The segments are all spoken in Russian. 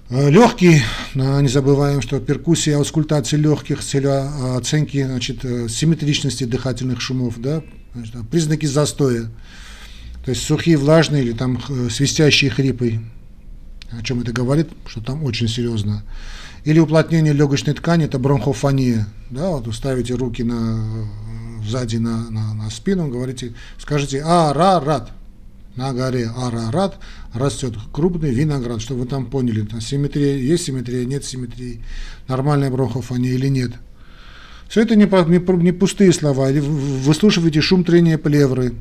Легкий, не забываем, что перкуссия, аускультация легких с целью оценки, значит, симметричности дыхательных шумов, да, значит, признаки застоя, то есть сухие, влажные или там свистящие хрипы, о чем это говорит, что там очень серьезно. Или уплотнение легочной ткани, это бронхофония, да, вот вы ставите руки сзади на спину, говорите, скажите «а-ра-рат». На горе Арарат растет крупный виноград, чтобы вы там поняли, симметрия, есть симметрия, нет симметрии, нормальная бронхофония или нет. Все это не пустые слова. Выслушиваете шум трения плевры.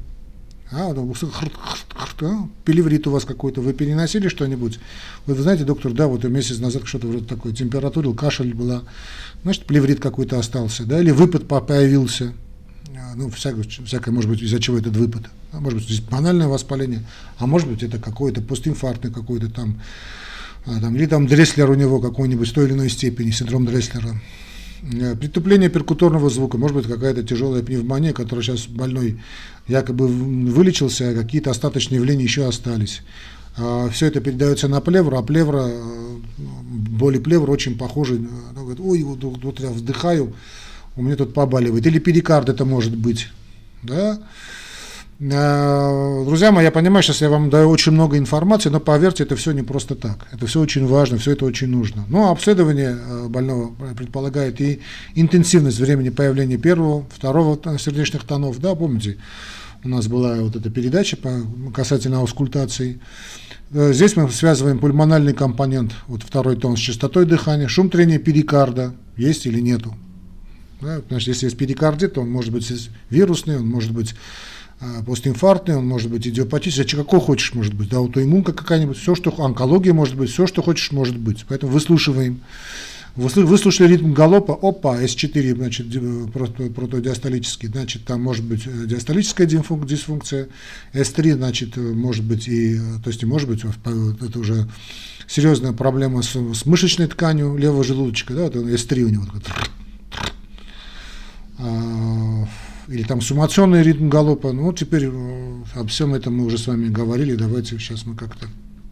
Пелеврит у вас какой-то, вы переносили что-нибудь? Вы знаете, доктор, да, вот месяц назад что-то вроде такое, температура, кашель была, значит, плеврит какой-то остался, да, или выпад появился. Ну, всякое, может быть, из-за чего этот выпад. Может быть, здесь банальное воспаление, а может быть, это какой-то постинфарктный какой-то там, или там Дресслер у него какой-нибудь в той или иной степени, синдром Дресслера. Притупление перкуторного звука, может быть, какая-то тяжелая пневмония, которая сейчас больной якобы вылечился, а какие-то остаточные явления еще остались. Все это передается на плевру, а плевра, боли плевры очень похожи. Говорит, ой, вот я вздыхаю, у меня тут побаливает. Или перикард это может быть. Да? Друзья мои, я понимаю, сейчас я вам даю очень много информации, но поверьте, это все не просто так. Это все очень важно, все это очень нужно. Но обследование больного предполагает и интенсивность времени появления первого, второго сердечных тонов. Да, помните, у нас была вот эта передача касательно аускультации. Здесь мы связываем пульмональный компонент, вот второй тон, с частотой дыхания, шум трения перикарда, есть или нету. Да, значит, если есть перикардит, то он может быть вирусный, он может быть постинфарктный, он может быть идиопатический, какой хочешь может быть, да, аутоиммунка какая-нибудь, все, что онкология может быть, все, что хочешь может быть. Поэтому выслушиваем. Выслушали ритм галопа, опа, S4, значит, протодиастолический, значит, там может быть диастолическая дисфункция, S3, значит, может быть то есть, может быть, это уже серьезная проблема с мышечной тканью левого желудочка, да, это S3 у него или там суммационный ритм галопа. Ну, теперь об всем этом мы уже с вами говорили, давайте сейчас мы как-то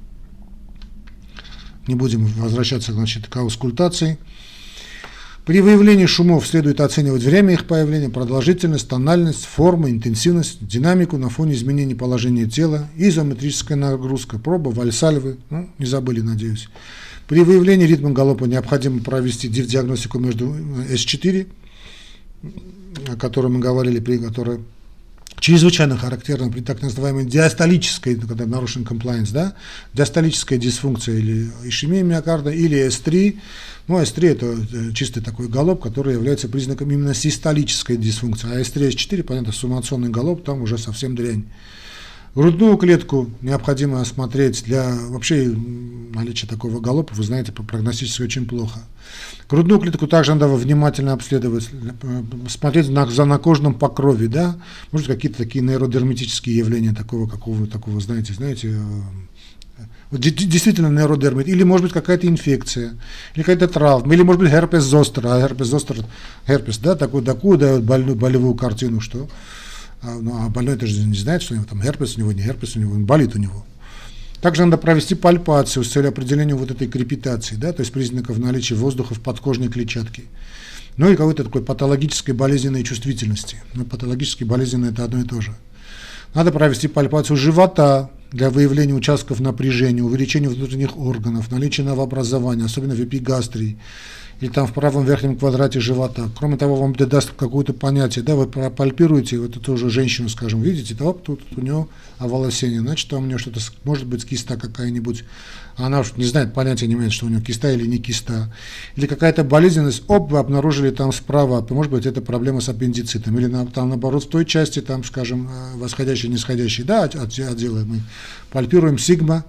не будем возвращаться, значит, к аускультации. При выявлении шумов следует оценивать время их появления, продолжительность, тональность, форму, интенсивность, динамику на фоне изменений положения тела, изометрическая нагрузка, проба, вальсальвы, ну, не забыли, надеюсь. При выявлении ритма галопа необходимо провести диагностику между S4, о которой мы говорили, которая чрезвычайно характерна при так называемой диастолической, когда нарушен комплаенс, да, диастолическая дисфункция или ишемия миокарда, или S3. Ну, S3 это чистый такой галоп, который является признаком именно систолической дисфункции, а S3, S4, понятно, суммационный галоп, там уже совсем дрянь. Грудную клетку необходимо осмотреть для вообще наличия такого галопа, вы знаете, прогностически очень плохо. Грудную клетку также надо внимательно обследовать, смотреть за накожном покрове, да, может какие-то такие нейродерматические явления такого, знаете, вот действительно нейродермит, или может быть какая-то инфекция, или какая-то травма, или может быть герпес зостер, а герпес зостер, герпес, да, такую дает болевую картину, что... а больной это же не знает, что у него там герпес, у него не герпес, у него он болит у него. Также надо провести пальпацию с целью определения вот этой крепитации, да, то есть признаков наличия воздуха в подкожной клетчатке. Ну и какой-то такой патологической болезненной чувствительности. Но патологически болезненная это одно и то же. Надо провести пальпацию живота для выявления участков напряжения, увеличения внутренних органов, наличия новообразования, особенно в эпигастрии, или там в правом верхнем квадрате живота. Кроме того, вам это даст какое-то понятие, да, вы пропальпируете вот эту уже женщину, скажем, видите, да, тут у нее оволосение, значит, там у нее что-то, может быть, киста какая-нибудь, она уж не знает, понятия не имеет, что у нее киста или не киста, или какая-то болезненность, вы обнаружили там справа, может быть, это проблема с аппендицитом, или там, наоборот, в той части, там, скажем, восходящий, нисходящий, да, отделы мы пальпируем сигма.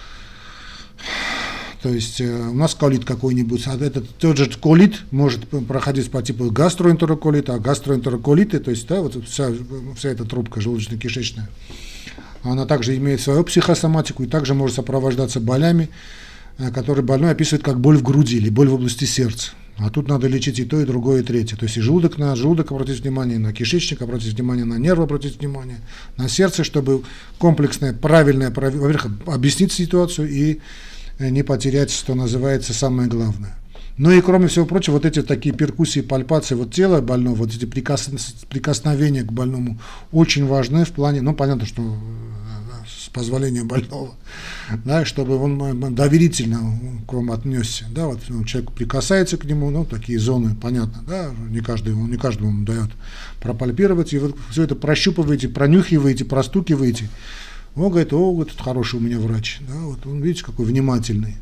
То есть у нас колит какой-нибудь, тот же колит может проходить по типу гастроэнтероколита, а гастроэнтероколиты, то есть да, вот вся эта трубка желудочно-кишечная, она также имеет свою психосоматику и также может сопровождаться болями, которые больной описывает как боль в груди или боль в области сердца. А тут надо лечить и то, и другое, и третье. То есть и желудок обратить внимание, на кишечник обратить внимание, на нервы обратить внимание, на сердце, чтобы комплексное, правильное, во-первых, объяснить ситуацию и не потерять, что называется, самое главное. Ну и кроме всего прочего, вот эти такие перкуссии, пальпации вот тела больного, вот эти прикосновения к больному очень важны в плане, ну понятно, что с позволения больного, да, чтобы он доверительно к вам отнесся, да, вот человек прикасается к нему, ну такие зоны, понятно, да, не каждому дает пропальпировать, и вот все это прощупываете, пронюхиваете, простукиваете, он говорит, вот хороший у меня врач, да, вот он, видите, какой внимательный.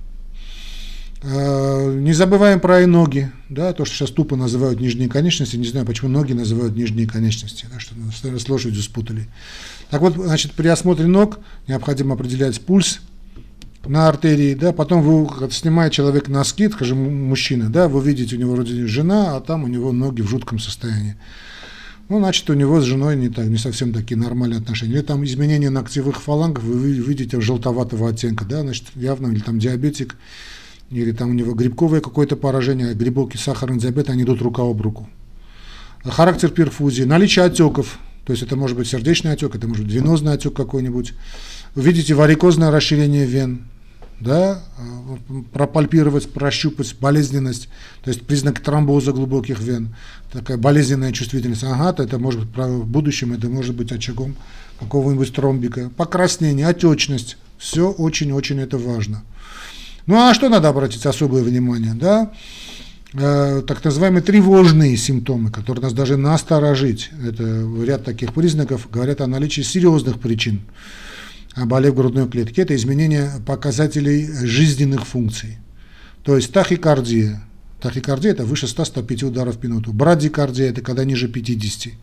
Не забываем про ноги, да, то, что сейчас тупо называют нижние конечности, не знаю, почему ноги называют нижние конечности, да, что с лошадью спутали. Так вот, значит, при осмотре ног необходимо определять пульс на артерии, да, потом вы снимаете человека носки, скажем, мужчина, да, вы видите, у него вроде жена, а там у него ноги в жутком состоянии. Ну, значит, у него с женой не совсем такие нормальные отношения. Или там изменение ногтевых фалангов, вы видите желтоватого оттенка, да, значит, явно, или там диабетик, или там у него грибковое какое-то поражение, грибок и сахарный диабет, они идут рука об руку. Характер перфузии, наличие отеков, то есть это может быть сердечный отек, это может быть венозный отек какой-нибудь. Вы видите варикозное расширение вен, да, пропальпировать, прощупать болезненность, то есть признак тромбоза глубоких вен, такая болезненная чувствительность. Ага, это может быть в будущем, это может быть очагом какого-нибудь тромбика. Покраснение, отечность, все очень-очень это важно. Ну а что надо обратить особое внимание, да? Так называемые тревожные симптомы, которые нас даже насторожить. Это ряд таких признаков говорят о наличии серьезных причин болезни грудной клетки. Это изменение показателей жизненных функций. То есть тахикардия. Тахикардия – это выше 100-105 ударов в минуту. Брадикардия – это когда ниже 50.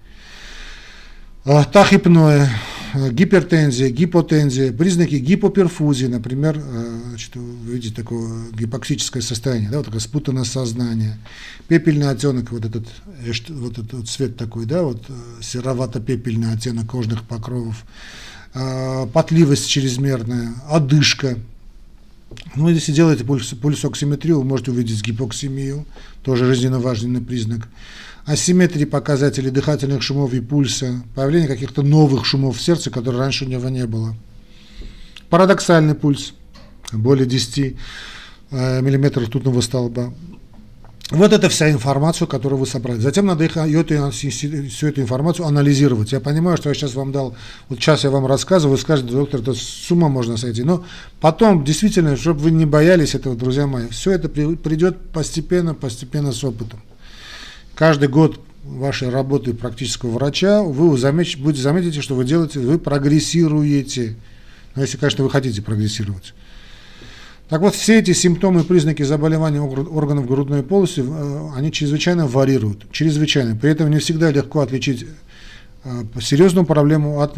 Тахипноэ, гипертензия, гипотензия, признаки гипоперфузии, например, значит, вы видите такое гипоксическое состояние, да, вот такое спутанное сознание, пепельный оттенок, вот этот цвет такой, да, вот серовато-пепельный оттенок кожных покровов, потливость чрезмерная, одышка. Ну, если делаете пульсоксиметрию, вы можете увидеть гипоксимию, тоже жизненно важный признак. Асимметрии показателей дыхательных шумов и пульса, появление каких-то новых шумов в сердце, которые раньше у него не было. Парадоксальный пульс, более 10 миллиметров ртутного столба. Вот это вся информация, которую вы собрали. Затем надо всю эту информацию анализировать. Я понимаю, что я сейчас вам дал, вот сейчас я вам рассказываю, вы скажете, доктор, это с ума можно сойти. Но потом, действительно, чтобы вы не боялись этого, друзья мои, все это придет постепенно с опытом. Каждый год вашей работы практического врача вы заметите, что вы прогрессируете. Но если, конечно, вы хотите прогрессировать. Так вот, все эти симптомы и признаки заболевания органов грудной полости, они чрезвычайно варьируют. Чрезвычайно. При этом не всегда легко отличить серьезную проблему от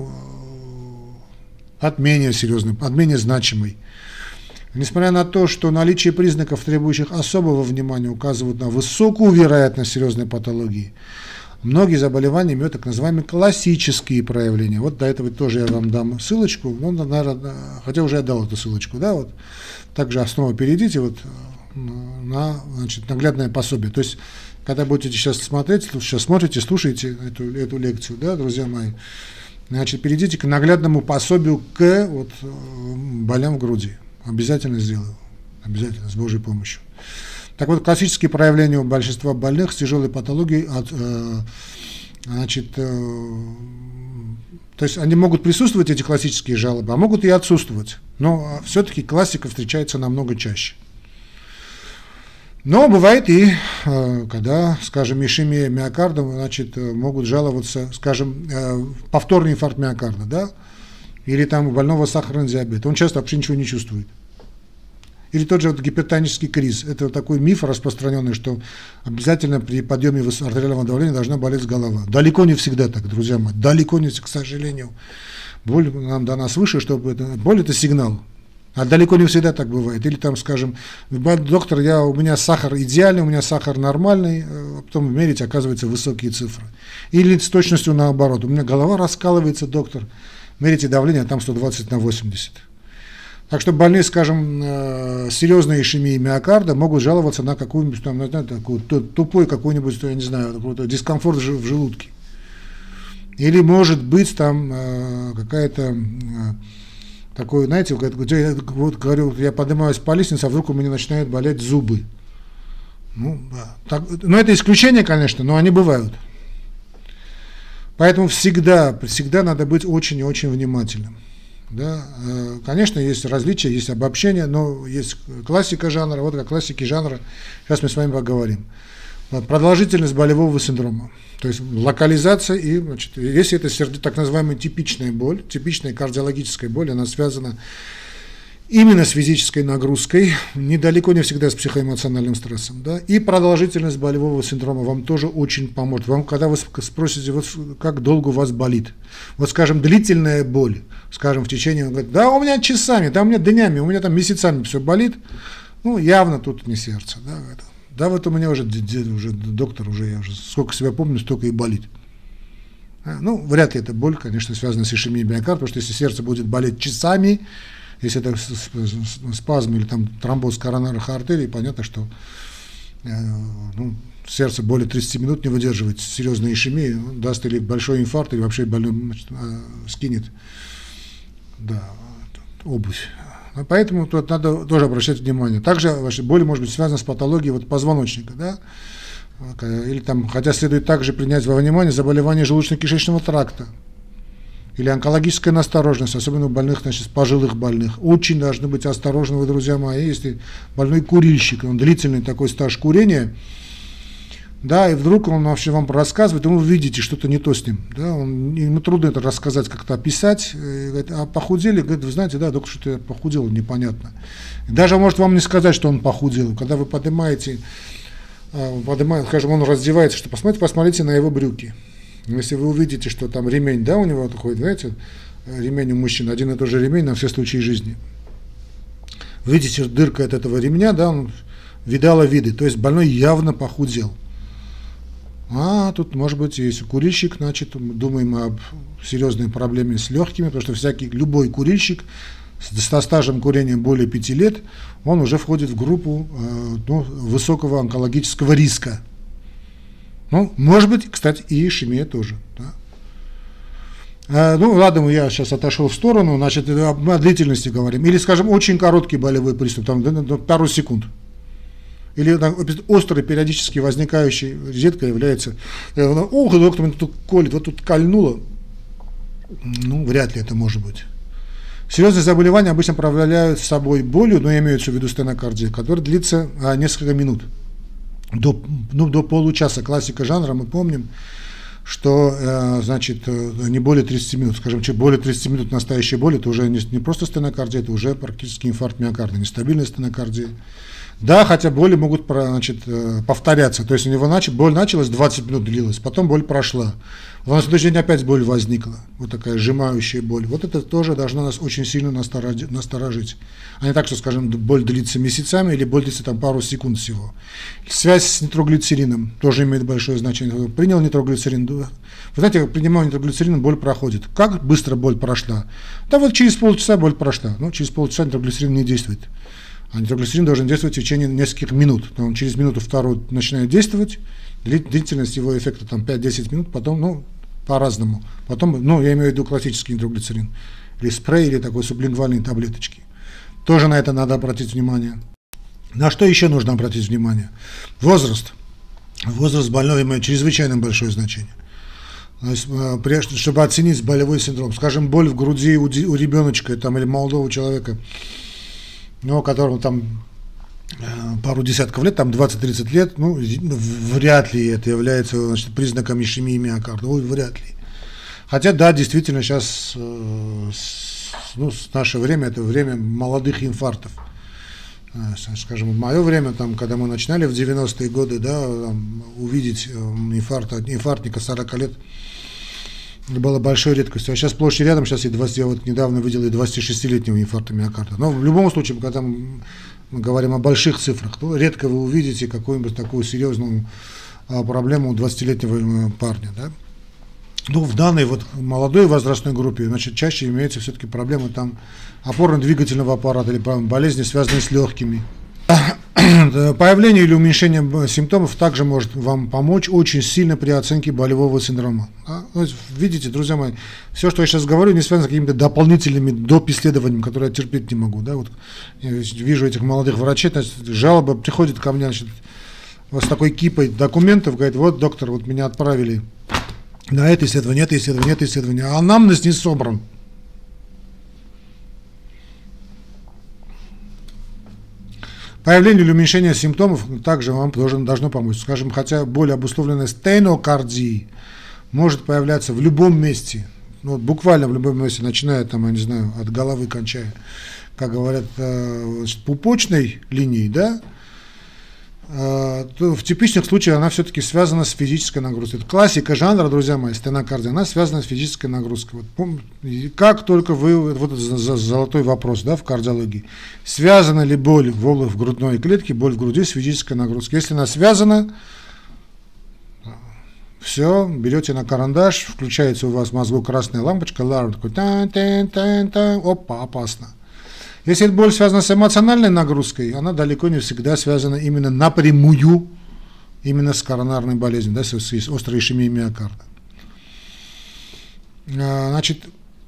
менее серьезной, от менее значимой. Несмотря на то, что наличие признаков, требующих особого внимания, указывают на высокую вероятность серьезной патологии, многие заболевания имеют так называемые классические проявления. Вот до этого тоже я вам дам ссылочку, наверное, хотя уже я дал эту ссылочку, да, вот. Также снова перейдите вот на, значит, наглядное пособие. То есть, когда будете сейчас смотреть, сейчас смотрите, слушаете эту лекцию, да, друзья мои, значит, перейдите к наглядному пособию к вот, болям в груди. Обязательно сделаю, обязательно, с Божьей помощью. Так вот, классические проявления у большинства больных с тяжелой патологией, то есть они могут присутствовать, эти классические жалобы, а могут и отсутствовать. Но все-таки классика встречается намного чаще. Но бывает и, когда, скажем, ишемия миокарда, значит, могут жаловаться, скажем, повторный инфаркт миокарда, да, или там у больного сахарный диабет. Он часто вообще ничего не чувствует. Или тот же вот гипертонический криз. Это вот такой миф распространенный, что обязательно при подъеме артериального давления должна болеть голова. Далеко не всегда так, друзья мои. Далеко не всегда, к сожалению. Боль нам дана свыше, чтобы боль – это сигнал. А далеко не всегда так бывает. Или там, скажем, доктор, у меня сахар идеальный, у меня сахар нормальный, а потом мерить, оказывается, высокие цифры. Или с точностью наоборот. У меня голова раскалывается, доктор, мерите давление, а там 120/80. Так что больные, скажем, серьезной ишемией миокарда могут жаловаться на какую-нибудь, там, такую тупой какой-нибудь, я не знаю, какой-то дискомфорт в желудке. Или может быть там какая-то Такой, знаете, вот говорю, я поднимаюсь по лестнице, а вдруг у меня начинают болеть зубы. Ну, да. Так, но это исключение, конечно, но они бывают. Поэтому всегда надо быть очень и очень внимательным. Да? Конечно, есть различия, есть обобщения, но есть классика жанра. Вот о классике жанра сейчас мы с вами поговорим. Продолжительность болевого синдрома. То есть локализация и, значит, если это так называемая типичная боль, типичная кардиологическая боль, она связана именно с физической нагрузкой, недалеко не всегда с психоэмоциональным стрессом. Да? И продолжительность болевого синдрома вам тоже очень поможет. Вам, когда вы спросите, вот, как долго у вас болит, вот, скажем, длительная боль, скажем, в течение, он говорит, да у меня часами, да у меня днями, у меня там месяцами все болит, ну, явно тут не сердце. Да, это. Да, вот у меня уже доктор, я уже сколько себя помню, столько и болит. Ну, вряд ли эта боль, конечно, связана с ишемией миокарда, потому что если сердце будет болеть часами, если это спазм или там тромбоз коронарных артерий, понятно, что сердце более 30 минут не выдерживает серьезной ишемии, даст или большой инфаркт, или вообще больной, значит, скинет обувь. Поэтому тут надо тоже обращать внимание. Также ваша боль может быть связана с патологией позвоночника, да? Или там, хотя следует также принять во внимание заболевания желудочно-кишечного тракта или онкологическая настороженность, особенно у больных, значит, пожилых больных. Очень должны быть осторожны вы, друзья мои, если больной курильщик, он длительный такой стаж курения, да, и вдруг он вообще вам рассказывает, и вы видите что-то не то с ним, да, ему трудно это рассказать, как-то описать, говорит, а похудели, говорит, вы знаете, да, доктор, что-то я похудел, непонятно. Даже может вам не сказать, что он похудел, когда вы поднимаете, скажем, он раздевается, что посмотрите на его брюки. Если вы увидите, что там ремень, да, у него такой, знаете, ремень у мужчин, один и тот же ремень на все случаи жизни. Вы видите, дырка от этого ремня, да, он видала виды, то есть больной явно похудел. А тут, может быть, если курильщик, значит, мы думаем об серьезной проблеме с легкими, потому что любой курильщик со стажем курения более 5 лет, он уже входит в группу высокого онкологического риска. Ну, может быть, кстати, и ишемия тоже. Да. Ну, ладно, я сейчас отошел в сторону, значит, о длительности говорим. Или, скажем, очень короткий болевой приступ, там, пару секунд. Или острый, периодически возникающий, редко является, ох, доктор, меня тут колет, вот тут кольнуло. Ну, вряд ли это может быть. Серьезные заболевания обычно проявляют с собой болью, но я имею в виду стенокардию, которая длится несколько минут. До получаса. Классика жанра, мы помним, что, значит, не более 30 минут, скажем, более 30 минут настоящей боли, это уже не просто стенокардия, это уже практически инфаркт миокарда, нестабильная стенокардия. Да, хотя боли могут, значит, повторяться, то есть у него боль началась, 20 минут длилась, потом боль прошла, на следующий день опять боль возникла, вот такая сжимающая боль. Вот это тоже должно нас очень сильно насторожить. А не так, что, скажем, боль длится месяцами или боль длится там пару секунд всего. Связь с нитроглицерином тоже имеет большое значение. Принял нитроглицерин, вы знаете, принимая нитроглицерин, боль проходит. Как быстро боль прошла? Да вот через полчаса боль прошла, но через полчаса нитроглицерин не действует. А нитроглицерин должен действовать в течение нескольких минут. Он через минуту-вторую начинает действовать, длительность его эффекта там 5-10 минут, потом, по-разному. Потом, я имею в виду классический нитроглицерин, или спрей, или такой сублингвальные таблеточки. Тоже на это надо обратить внимание. На что еще нужно обратить внимание? Возраст. Возраст больного имеет чрезвычайно большое значение. То есть, чтобы оценить болевой синдром, скажем, боль в груди у ребеночка там, или молодого человека, которому там пару десятков лет, там 20-30 лет, вряд ли это является, значит, признаком ишемии миокарда, вряд ли. Хотя, да, действительно, сейчас, наше время, это время молодых инфарктов. Скажем, в мое время, там, когда мы начинали в 90-е годы, да, увидеть инфарктника 40 лет, было большой редкостью. А сейчас сплошь и рядом, я вот недавно видел и 26-летнего инфаркта миокарда. Но в любом случае, когда мы говорим о больших цифрах, то редко вы увидите какую-нибудь такую серьезную проблему у 20-летнего парня. Да? В данной вот молодой возрастной группе, значит, чаще имеются все-таки проблемы там опорно-двигательного аппарата или болезни, связанные с легкими. Появление или уменьшение симптомов также может вам помочь очень сильно при оценке болевого синдрома. Да? Ну, видите, друзья мои, все, что я сейчас говорю, не связано с какими-то дополнительными доп. Исследованиями, которые я терпеть не могу. Да? Вот я вижу этих молодых врачей, значит, жалоба приходит ко мне, значит, вот с такой кипой документов, говорит, вот, доктор, вот меня отправили на это исследование, а анамнез не собран. Появление или уменьшение симптомов также вам тоже должно помочь. Скажем, хотя боль, обусловленная стенокардией, может появляться в любом месте, ну, буквально в любом месте, начиная там, я не знаю, от головы кончая, как говорят, пупочной линией, да, то в типичных случаях она все-таки связана с физической нагрузкой. Это классика жанра, друзья мои, стенокардия, она связана с физической нагрузкой. Вот, как только вы, вот этот золотой вопрос, да, в кардиологии, связана ли боль в грудной клетке, боль в груди с физической нагрузкой? Если она связана, все, берете на карандаш, включается у вас в мозгу красная лампочка, аларм такой, опа, опасно. Если эта боль связана с эмоциональной нагрузкой, она далеко не всегда связана именно напрямую, именно с коронарной болезнью, да, с острой ишемией миокарда. Значит,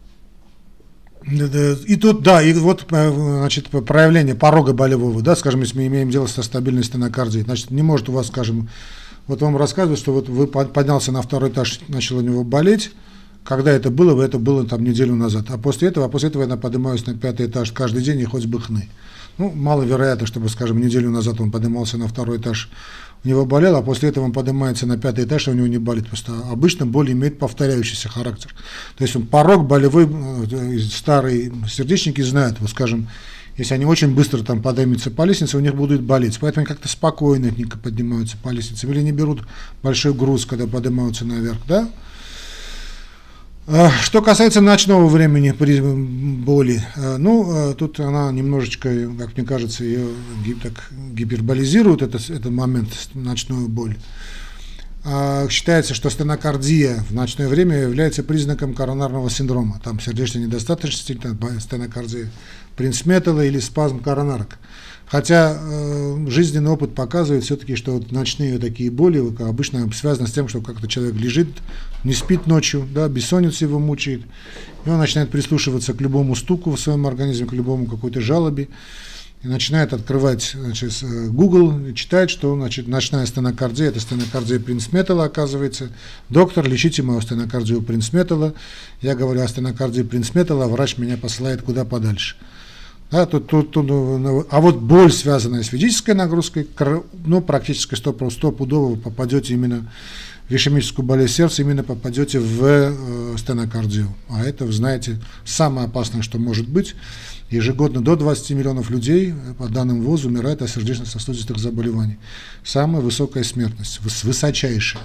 и тут, да, и вот, значит, проявление порога болевого, да, скажем, если мы имеем дело со стабильной стенокардией, значит, не может у вас, скажем, вот вам рассказывают, что вот вы поднялся на второй этаж, начал у него болеть. Когда это было там неделю назад. А после этого я поднимаюсь на 5-й этаж каждый день и хоть бы хны. Ну, маловероятно, чтобы, скажем, неделю назад он поднимался на 2-й этаж, у него болело, а после этого он поднимается на 5-й этаж, и у него не болит. Просто обычно боль имеет повторяющийся характер. То есть он порог болевой, старые сердечники знают, вот, скажем, если они очень быстро там поднимутся по лестнице, у них будут болеть. Поэтому они как-то спокойненько поднимаются по лестнице. Или не берут большой груз, когда поднимаются наверх, да? Что касается ночного времени при боли, ну, тут она немножечко, как мне кажется, ее так гиперболизирует, этот момент, ночную боль. Считается, что стенокардия в ночное время является признаком коронарного синдрома. Там сердечная недостаточность, стенокардия Принц-Мэттелла или спазм коронарок. Хотя жизненный опыт показывает все-таки, что вот ночные такие боли обычно связаны с тем, что как-то человек лежит, не спит ночью, да, бессонница его мучает, и он начинает прислушиваться к любому стуку в своем организме, к любому какой-то жалобе, и начинает открывать, значит, Google, и читает, что, значит, ночная стенокардия, это стенокардия Принц-Мэттелла, оказывается. Доктор, лечите мою стенокардию Принц-Мэттелла. Я говорю о стенокардии Принц-Мэттелла, врач меня посылает куда подальше. Да, а вот боль, связанная с физической нагрузкой, ну, практически стопудово вы попадете именно в ишемическую болезнь сердца, именно попадете в стенокардию. А это, вы знаете, самое опасное, что может быть. Ежегодно до 20 миллионов людей, по данным ВОЗ, умирает от сердечно-сосудистых заболеваний. Самая высокая смертность, высочайшая.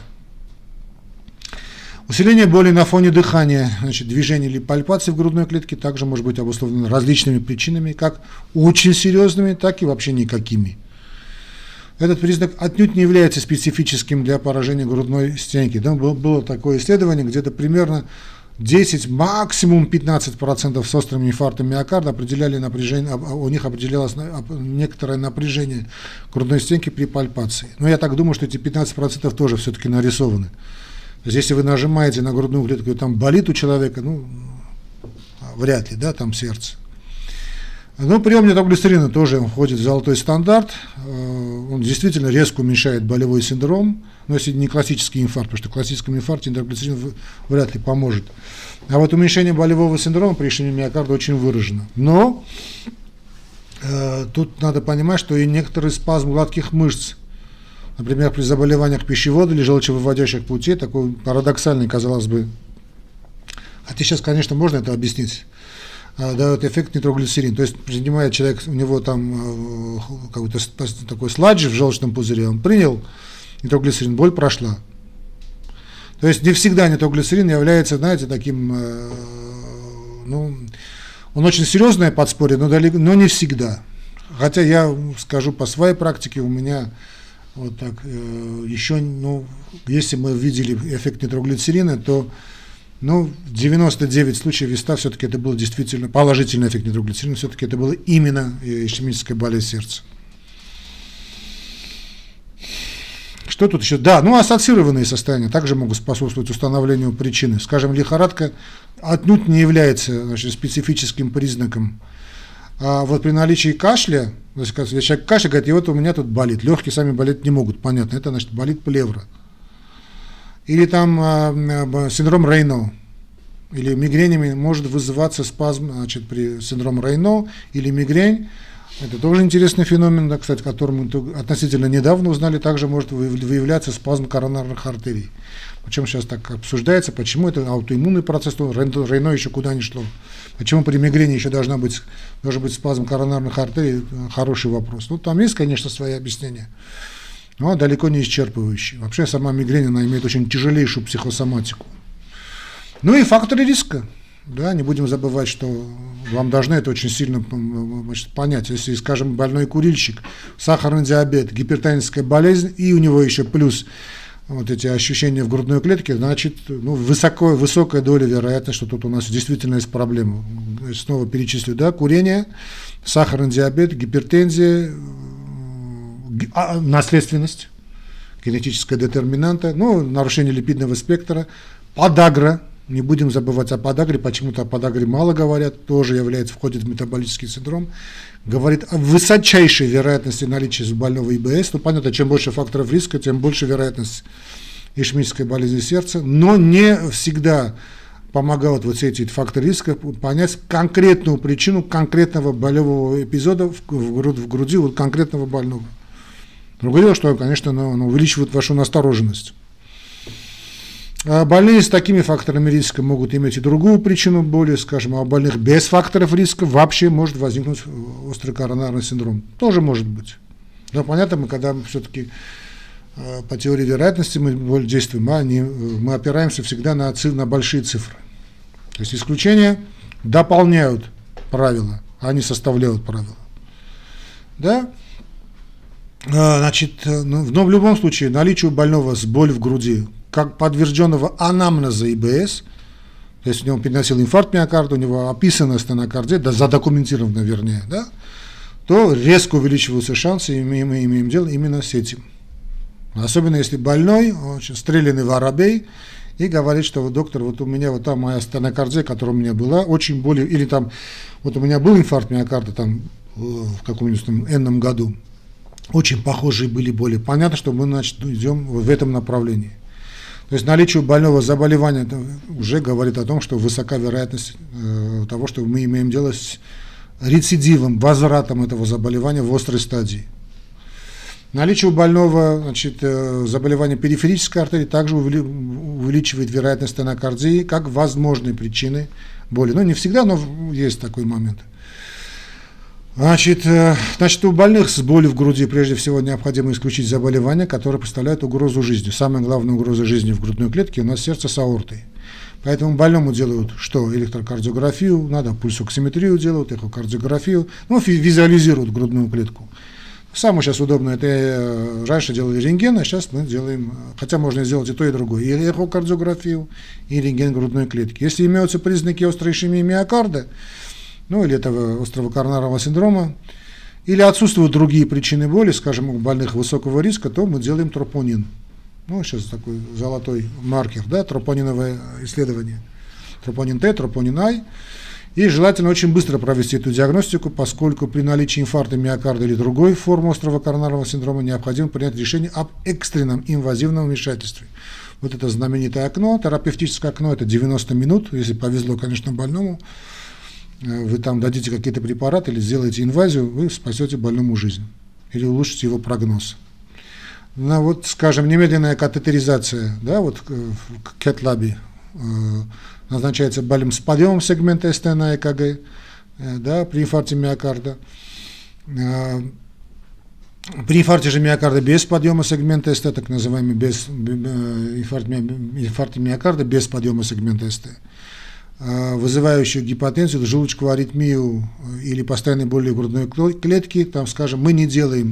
Усиление боли на фоне дыхания, значит, движения или пальпации в грудной клетке также может быть обусловлено различными причинами, как очень серьезными, так и вообще никакими. Этот признак отнюдь не является специфическим для поражения грудной стенки. Да, было такое исследование, где-то примерно 10, максимум 15% с острым инфарктом миокарда определяли напряжение, у них определялось некоторое напряжение грудной стенки при пальпации. Но я так думаю, что эти 15% тоже все-таки нарисованы. То есть, если вы нажимаете на грудную клетку, и там болит у человека, ну, вряд ли, да, там сердце. Но прием нитроглицерина тоже входит в золотой стандарт. Он действительно резко уменьшает болевой синдром, но если не классический инфаркт, потому что в классическом инфаркте нитроглицерин вряд ли поможет. А вот уменьшение болевого синдрома при ишемии миокарда очень выражено. Но тут надо понимать, что и некоторый спазм гладких мышц, например, при заболеваниях пищевода или желчевыводящих путей, такой парадоксальный, казалось бы, хотя сейчас, конечно, можно это объяснить, дает эффект нитроглицерин. То есть принимает человек, у него там какой-то такой сладж в желчном пузыре, он принял нитроглицерин, боль прошла. То есть не всегда нитроглицерин является, знаете, таким, ну, он очень серьезное подспорье, но не всегда. Хотя я скажу по своей практике, у меня вот так, еще, ну, если мы видели эффект нитроглицерина, то, ну, в 99 случаев из 100 все-таки это был действительно положительный эффект нитроглицерина, все-таки это было именно ишемическая болезнь сердца. Что тут еще? Да, ну ассоциированные состояния также могут способствовать установлению причины. Скажем, лихорадка отнюдь не является, значит, специфическим признаком. А вот при наличии кашля, если человек кашляет, говорит, и вот у меня тут болит, легкие сами болеть не могут, понятно, это значит болит плевра. Или там синдром Рейно, или мигренями может вызываться спазм, значит, при синдроме Рейно или мигрень. Это тоже интересный феномен, да, кстати, который мы относительно недавно узнали, также может выявляться спазм коронарных артерий. Причем сейчас так обсуждается, почему это аутоиммунный процесс, Рейно еще куда ни шло. Почему при мигрени еще должен быть спазм коронарных артерий, хороший вопрос. Ну, там есть, конечно, свои объяснения, но далеко не исчерпывающие. Вообще сама мигрень, она имеет очень тяжелейшую психосоматику. Ну и факторы риска. Да, не будем забывать, что вам должны это очень сильно, значит, понять. Если, скажем, больной курильщик, сахарный диабет, гипертоническая болезнь, и у него еще плюс вот эти ощущения в грудной клетке, значит, ну, высокая доля вероятности, что тут у нас действительно есть проблема. Снова перечислю, да, курение, сахарный диабет, гипертензия, наследственность, генетическая детерминанта, ну, нарушение липидного спектра, подагра. Не будем забывать о подагре, почему-то о подагре мало говорят, тоже входит в метаболический синдром. Говорит о высочайшей вероятности наличия больного ИБС. Ну, понятно, чем больше факторов риска, тем больше вероятность ишемической болезни сердца. Но не всегда помогают вот все эти факторы риска понять конкретную причину конкретного болевого эпизода в груди у конкретного больного. Другое дело, что, конечно, увеличивает вашу настороженность. Больные с такими факторами риска могут иметь и другую причину боли, скажем, а у больных без факторов риска вообще может возникнуть острый коронарный синдром. Тоже может быть. Но понятно, когда мы все-таки по теории вероятности мы действуем, мы опираемся всегда на большие цифры. То есть исключения дополняют правила, а не составляют правила. Да? Значит, но в любом случае наличие у больного с болью в груди, как подтвержденного анамнеза ИБС, то есть у него переносил инфаркт миокарда, у него описана стенокардия, да, задокументирована вернее, да, то резко увеличиваются шансы, и мы имеем дело именно с этим. Особенно если больной, очень стрелянный воробей, и говорит, что вот, доктор, вот у меня вот там моя стенокардия, которая у меня была, очень более, или там, вот у меня был инфаркт миокарда там в каком-нибудь там энном году, очень похожие были боли. Понятно, что мы, значит, идем в этом направлении. То есть наличие у больного заболевания уже говорит о том, что высока вероятность того, что мы имеем дело с рецидивом, возвратом этого заболевания в острой стадии. Наличие у больного, значит, заболевания периферической артерии также увеличивает вероятность стенокардии как возможной причины боли. Ну, не всегда, но есть такой момент. Значит, у больных с болью в груди прежде всего необходимо исключить заболевания, которые представляют угрозу жизни. Самая главная угроза жизни в грудной клетке у нас сердце с аортой. Поэтому больному делают что? Электрокардиографию, надо пульсоксиметрию делают, эхокардиографию, ну, визуализируют грудную клетку. Самое сейчас удобное, это раньше делали рентген, а сейчас мы делаем, хотя можно сделать и то, и другое, и эхокардиографию, и рентген грудной клетки. Если имеются признаки острой ишемии миокарда, ну, или этого острого коронарного синдрома, или отсутствуют другие причины боли, скажем, у больных высокого риска, то мы делаем тропонин. Ну, сейчас такой золотой маркер, да, тропониновое исследование. Тропонин Т, тропонин I. И желательно очень быстро провести эту диагностику, поскольку при наличии инфаркта миокарда или другой формы острого коронарного синдрома необходимо принять решение об экстренном инвазивном вмешательстве. Вот это знаменитое окно, терапевтическое окно, это 90 минут, если повезло, конечно, больному. Вы там дадите какие-то препараты или сделаете инвазию, вы спасете больному жизнь или улучшите его прогноз. Ну, вот, скажем, немедленная катетеризация, да, вот в CAT-лабе назначается больным с подъемом сегмента СТ на ЭКГ, да, при инфаркте миокарда. При инфаркте же миокарда без подъема сегмента СТ, так называемый инфаркт миокарда без подъема сегмента СТ, вызывающую гипотензию, желудочковую аритмию или постоянной боли в грудной клетке, там, скажем, мы не делаем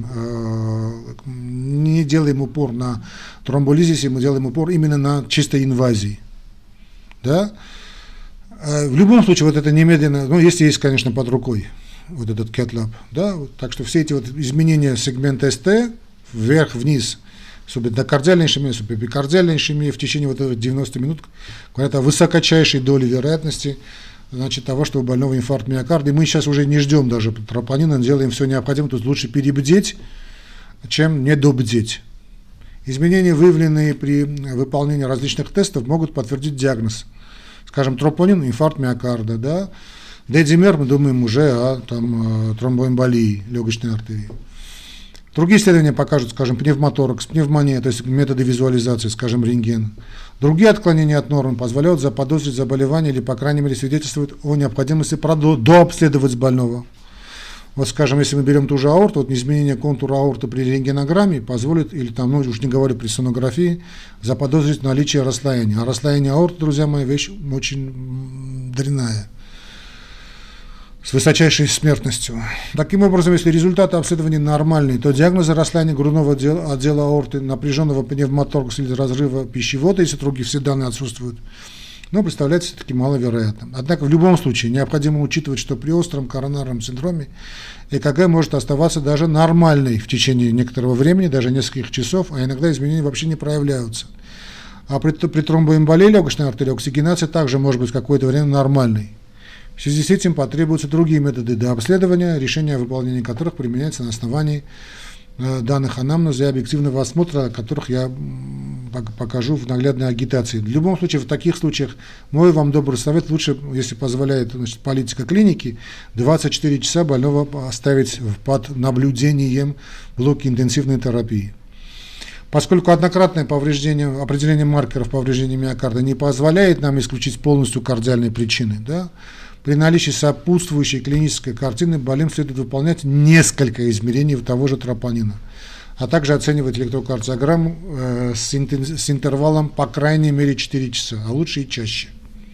упор на тромболизисе, мы делаем упор именно на чистой инвазии. Да? В любом случае, вот это немедленно, ну, если есть, конечно, под рукой вот этот CAT-лаб, да, так что все эти вот изменения сегмента СТ, вверх-вниз, субэндокардиальной ишемии, субэпикардиальной ишемии в течение вот этих 90 минут, говорят о высокочайшей доле вероятности, значит, того, что у больного инфаркт миокарда. И мы сейчас уже не ждем даже тропонина, делаем все необходимое, тут лучше перебдеть, чем недобдеть. Изменения, выявленные при выполнении различных тестов, могут подтвердить диагноз. Скажем, тропонин, инфаркт миокарда, да. Д-димер, мы думаем уже о тромбоэмболии легочной артерии. Другие исследования покажут, скажем, пневмоторакс, пневмония, то есть методы визуализации, скажем, рентген. Другие отклонения от нормы позволяют заподозрить заболевание или, по крайней мере, свидетельствуют о необходимости дообследовать больного. Вот, скажем, если мы берем ту же аорту, вот изменение контура аорты при рентгенограмме позволит, или там, ну, уж не говорю при сонографии, заподозрить наличие расслоения. А расслоение аорты, друзья мои, вещь очень дрянная, с высочайшей смертностью. Таким образом, если результаты обследования нормальные, то диагнозы расслоения грудного отдела аорты, напряженного пневмоторакса или разрыва пищевода, если другие все данные отсутствуют, но представляется все-таки маловероятным. Однако в любом случае необходимо учитывать, что при остром коронарном синдроме ЭКГ может оставаться даже нормальной в течение некоторого времени, даже нескольких часов, а иногда изменения вообще не проявляются. А при тромбоэмболии легочной артерии оксигенация также может быть какое-то время нормальной. В связи с этим потребуются другие методы дообследования, решение о выполнении которых применяется на основании данных анамнеза и объективного осмотра, о которых я покажу в наглядной агитации. В любом случае, в таких случаях мой вам добрый совет: лучше, если позволяет, значит, политика клиники, 24 часа больного оставить под наблюдением в блоке интенсивной терапии. Поскольку однократное определение маркеров повреждения миокарда не позволяет нам исключить полностью кардиальные причины, да, при наличии сопутствующей клинической картины больным следует выполнять несколько измерений того же тропонина, а также оценивать электрокардиограмму с интервалом по крайней мере 4 часа, а лучше и чаще.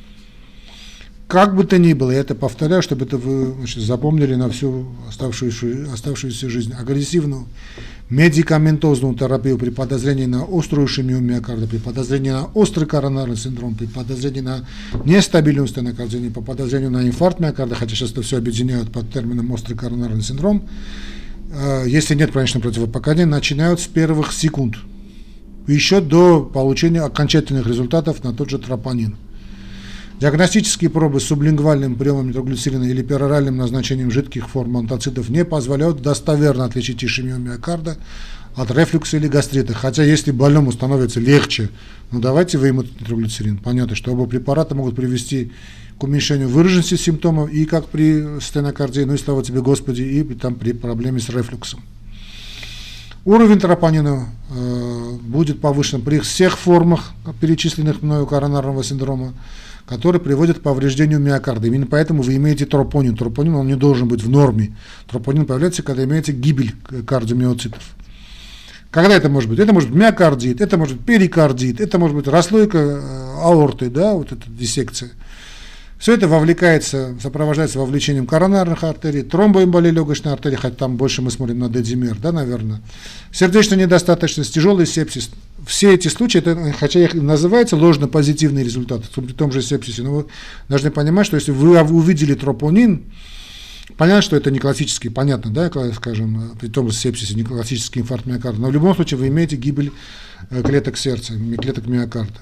Как бы то ни было, я это повторяю, чтобы это вы, значит, запомнили на всю оставшуюся жизнь. Агрессивную медикаментозную терапию при подозрении на острую ишемию миокарда, при подозрении на острый коронарный синдром, при подозрении на нестабильную стенокардию, по подозрению на инфаркт миокарда, хотя сейчас это все объединяют под термином острый коронарный синдром, если нет, конечно, противопоказаний, начинают с первых секунд, еще до получения окончательных результатов на тот же тропонин. Диагностические пробы с сублингвальным приемом нитроглицерина или пероральным назначением жидких форм антоцитов не позволяют достоверно отличить ишемию миокарда от рефлюкса или гастрита. Хотя если больному становится легче, ну давайте вы ему нитроглицерин. Понятно, что оба препарата могут привести к уменьшению выраженности симптомов и как при стенокардии, ну и слава тебе Господи, и там при проблеме с рефлюксом. Уровень тропонина будет повышен при всех формах перечисленных мною коронарного синдрома, который приводит к повреждению миокарда. Именно поэтому вы имеете тропонин. Тропонин, он не должен быть в норме. Тропонин появляется, когда имеется гибель кардиомиоцитов. Когда это может быть? Это может быть миокардит, это может быть перикардит, это может быть расслойка аорты, да, вот эта диссекция. Все это сопровождается вовлечением коронарных артерий, тромбоэмболии легочной артерии, хотя там больше мы смотрим на Д-димер, да, наверное. Сердечная недостаточность, тяжелый сепсис. Все эти случаи, это, хотя их называется ложно-позитивный результат, при том же сепсисе, но вы должны понимать, что если вы увидели тропонин, понятно, что это не классический, понятно, да, скажем, при том же сепсисе, не классический инфаркт миокарда, но в любом случае вы имеете гибель клеток сердца, клеток миокарда.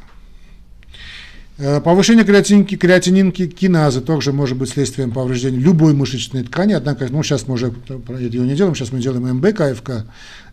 Повышение креатининки киназы также может быть следствием повреждения любой мышечной ткани, однако, ну, сейчас мы уже ее не делаем, сейчас мы делаем МБ-КФК,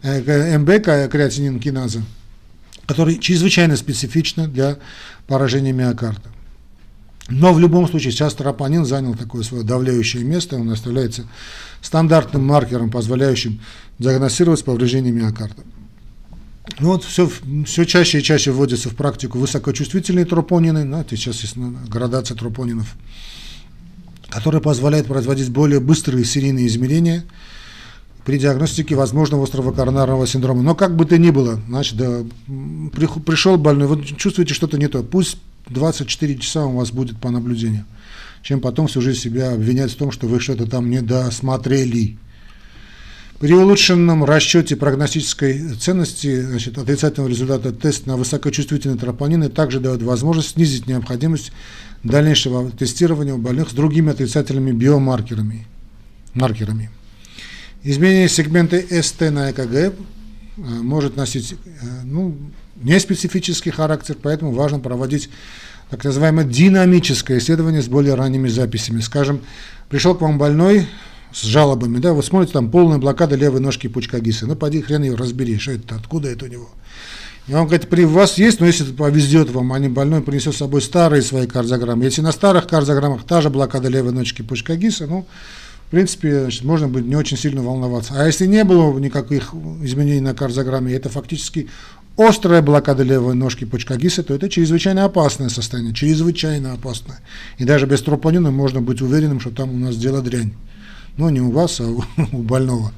креатинин киназа, который чрезвычайно специфично для поражения миокарда. Но в любом случае сейчас тропонин занял такое свое давляющее место, он является стандартным маркером, позволяющим диагностировать повреждение миокарда. Ну вот все чаще и чаще вводятся в практику высокочувствительные тропонины, знаете, сейчас есть градация тропонинов, которая позволяет производить более быстрые серийные измерения при диагностике возможного острого коронарного синдрома. Но как бы то ни было, значит, да, пришел больной, вы чувствуете что-то не то, пусть 24 часа у вас будет по наблюдению, чем потом всю жизнь себя обвинять в том, что вы что-то там не досмотрели. При улучшенном расчете прогностической ценности, значит, отрицательного результата теста на высокочувствительные тропонины также дает возможность снизить необходимость дальнейшего тестирования у больных с другими отрицательными биомаркерами. Изменение сегмента СТ на ЭКГ может носить неспецифический характер, поэтому важно проводить так называемое динамическое исследование с более ранними записями. Скажем, пришел к вам больной с жалобами, да, вы смотрите, там полная блокада левой ножки пучка ГИСа, поди хрен ее разбери, что это, откуда это у него. И он говорит, при вас есть, но если повезет вам, больной принесет с собой старые свои кардиограммы. Если на старых кардиограммах та же блокада левой ножки пучка ГИСа, в принципе, значит, можно будет не очень сильно волноваться. А если не было никаких изменений на кардиограмме, это фактически острая блокада левой ножки пучка ГИСа, то это чрезвычайно опасное состояние, чрезвычайно опасное. И даже без тропонина можно быть уверенным, что там у нас дело дрянь. Но не у вас, а у больного.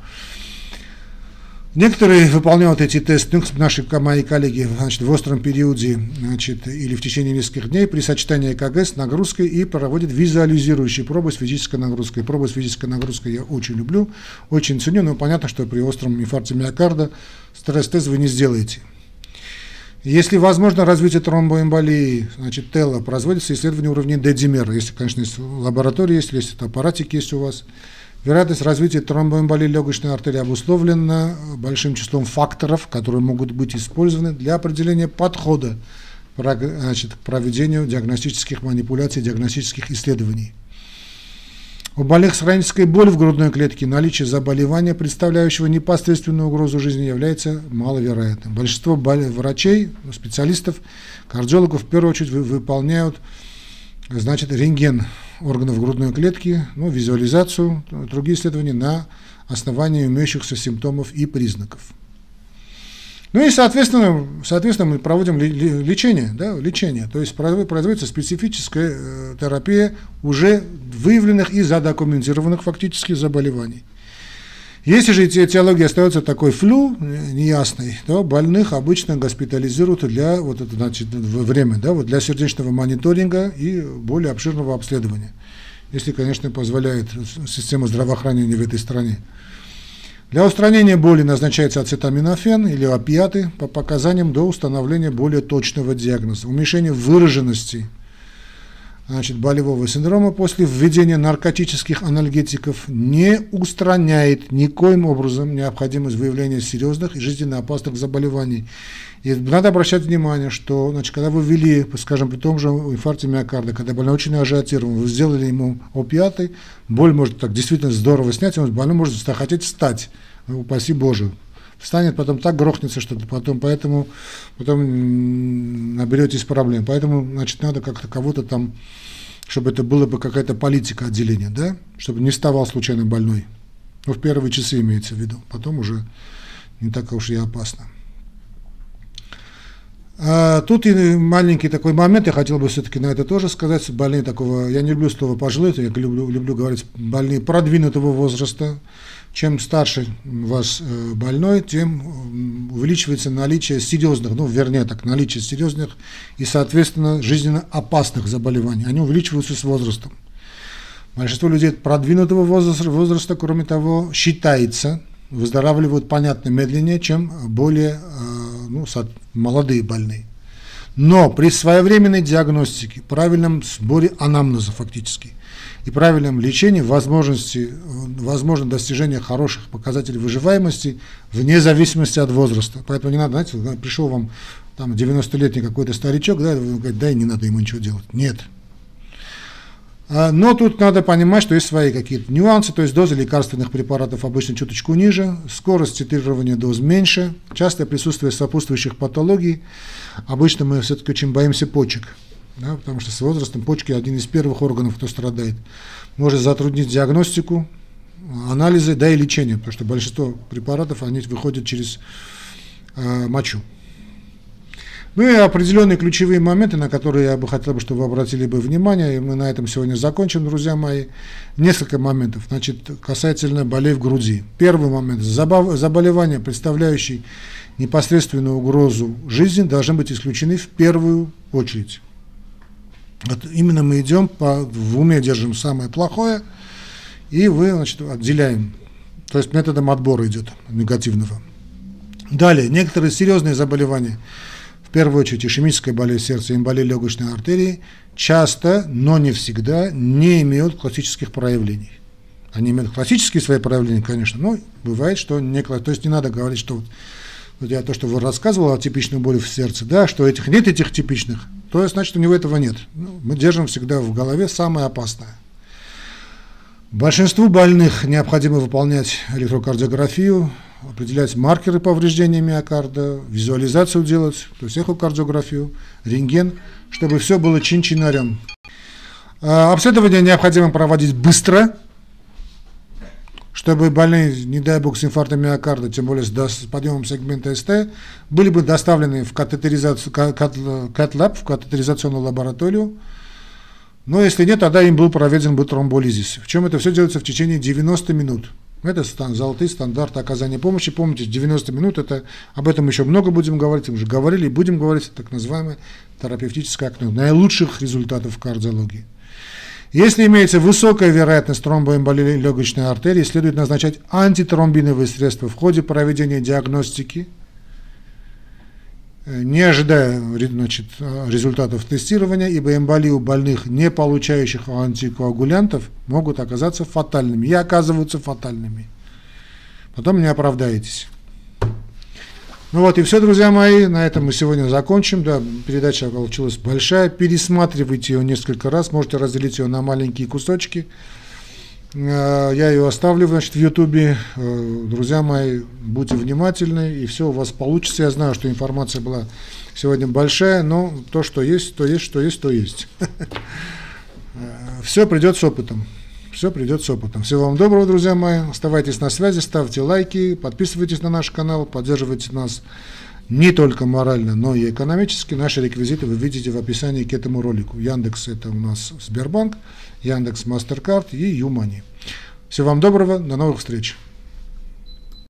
Некоторые выполняют эти тесты, мои коллеги, значит, в остром периоде, значит, или в течение нескольких дней при сочетании ЭКГ с нагрузкой и проводят визуализирующие пробы с физической нагрузкой. Пробы с физической нагрузкой я очень люблю, очень ценю, но понятно, что при остром инфаркте миокарда стресс-тест вы не сделаете. Если возможно развитие тромбоэмболии, значит, ТЭЛа, производится исследование уровня D-димера, если, конечно, лаборатория есть, если аппаратик есть у вас. Вероятность развития тромбоэмболии легочной артерии обусловлена большим числом факторов, которые могут быть использованы для определения подхода, значит, к проведению диагностических манипуляций, диагностических исследований. У больных с хронической болью в грудной клетке наличие заболевания, представляющего непосредственную угрозу жизни, является маловероятным. Большинство врачей, специалистов, кардиологов в первую очередь выполняют, значит, рентген органов грудной клетки, визуализацию, другие исследования на основании имеющихся симптомов и признаков. И, соответственно, мы проводим лечение, лечение, то есть производится специфическая терапия уже выявленных и задокументированных фактически заболеваний. Если же этиология остается такой неясной, то больных обычно госпитализируют для для сердечного мониторинга и более обширного обследования, если, конечно, позволяет система здравоохранения в этой стране. Для устранения боли назначается ацетаминофен или опиаты по показаниям до установления более точного диагноза. Уменьшение выраженности, значит, болевого синдрома после введения наркотических анальгетиков не устраняет никоим образом необходимость выявления серьезных и жизненно опасных заболеваний. И надо обращать внимание, что, значит, когда вы ввели, скажем, при том же инфаркте миокарда, когда больной очень ажиотирован, вы сделали ему опиаты, боль может так действительно здорово снять, и больной может захотеть встать, упаси Боже. Встанет, потом так грохнется, что потом наберетесь проблем. Поэтому, значит, надо как-то кого-то там, чтобы это была бы какая-то политика отделения, да, чтобы не вставал случайно больной. В первые часы имеется в виду, потом уже не так уж и опасно. Тут и маленький такой момент, я хотел бы все-таки на это тоже сказать, больные такого, я не люблю слово пожилые, я люблю говорить больные продвинутого возраста. Чем старше у вас больной, тем увеличивается наличие серьезных, наличие серьезных и, соответственно, жизненно опасных заболеваний. Они увеличиваются с возрастом. Большинство людей продвинутого возраста, кроме того, считается, выздоравливают, понятно, медленнее, чем более молодые больные. Но при своевременной диагностике, правильном сборе анамнеза фактически, и правильном лечении возможно достижение хороших показателей выживаемости вне зависимости от возраста. Поэтому не надо, знаете, пришел вам там 90-летний какой-то старичок, вы говорите, да и не надо ему ничего делать. Нет. Но тут надо понимать, что есть свои какие-то нюансы, то есть доза лекарственных препаратов обычно чуточку ниже, скорость титрирования доз меньше, частое присутствие сопутствующих патологий. Обычно мы все-таки очень боимся почек, да, потому что с возрастом почки один из первых органов, кто страдает. Может затруднить диагностику, анализы, да и лечение, потому что большинство препаратов они выходят через мочу. Ну и определенные ключевые моменты, на которые я бы хотел, чтобы вы обратили внимание, и мы на этом сегодня закончим, друзья мои. Несколько моментов. Значит, касательно болей в груди. Первый момент. Заболевания, представляющие непосредственную угрозу жизни, должны быть исключены в первую очередь. Вот именно мы идем, в уме держим самое плохое, и вы, значит, отделяем. То есть методом отбора идет негативного. Далее, некоторые серьезные заболевания, в первую очередь ишемическая болезнь сердца и эмболия легочной артерии, часто, но не всегда, не имеют классических проявлений. Они имеют классические свои проявления, конечно, но бывает, что не. То есть не надо говорить, что вот я то, что вы рассказывал о типичной боли в сердце, да, что нет этих типичных, то значит у него этого нет. Мы держим всегда в голове самое опасное. Большинству больных необходимо выполнять электрокардиографию, определять маркеры повреждения миокарда, визуализацию делать, то есть эхокардиографию, рентген, чтобы все было чин-чинарем. Обследование необходимо проводить быстро, чтобы больные, не дай бог, с инфарктом миокарда, тем более с подъемом сегмента СТ, были бы доставлены в кат-лаб, в катетеризационную лабораторию. Но если нет, тогда им был проведен тромболизис. В чем это все делается в течение 90 минут. Это золотые стандарты оказания помощи. Помните, 90 минут, об этом еще много будем говорить, мы уже говорили и будем говорить, так называемое терапевтическое окно наилучших результатов в кардиологии. Если имеется высокая вероятность тромбоэмболии легочной артерии, следует назначать антитромбиновые средства в ходе проведения диагностики, не ожидая результатов тестирования, ибо эмболии у больных, не получающих антикоагулянтов, могут оказаться фатальными и оказываются фатальными. Потом не оправдаетесь. Ну вот и все, друзья мои, на этом мы сегодня закончим. Да, передача получилась большая, пересматривайте ее несколько раз, можете разделить ее на маленькие кусочки. Я ее оставлю, значит, в Ютубе. Друзья мои, будьте внимательны, и все у вас получится. Я знаю, что информация была сегодня большая, но то, что есть, то есть, что есть, то есть. Все придет с опытом. Все придет с опытом. Всего вам доброго, друзья мои. Оставайтесь на связи, ставьте лайки, подписывайтесь на наш канал, поддерживайте нас не только морально, но и экономически. Наши реквизиты вы видите в описании к этому ролику. Яндекс — это у нас Сбербанк, Яндекс, MasterCard и Юмани. Всего вам доброго, до новых встреч.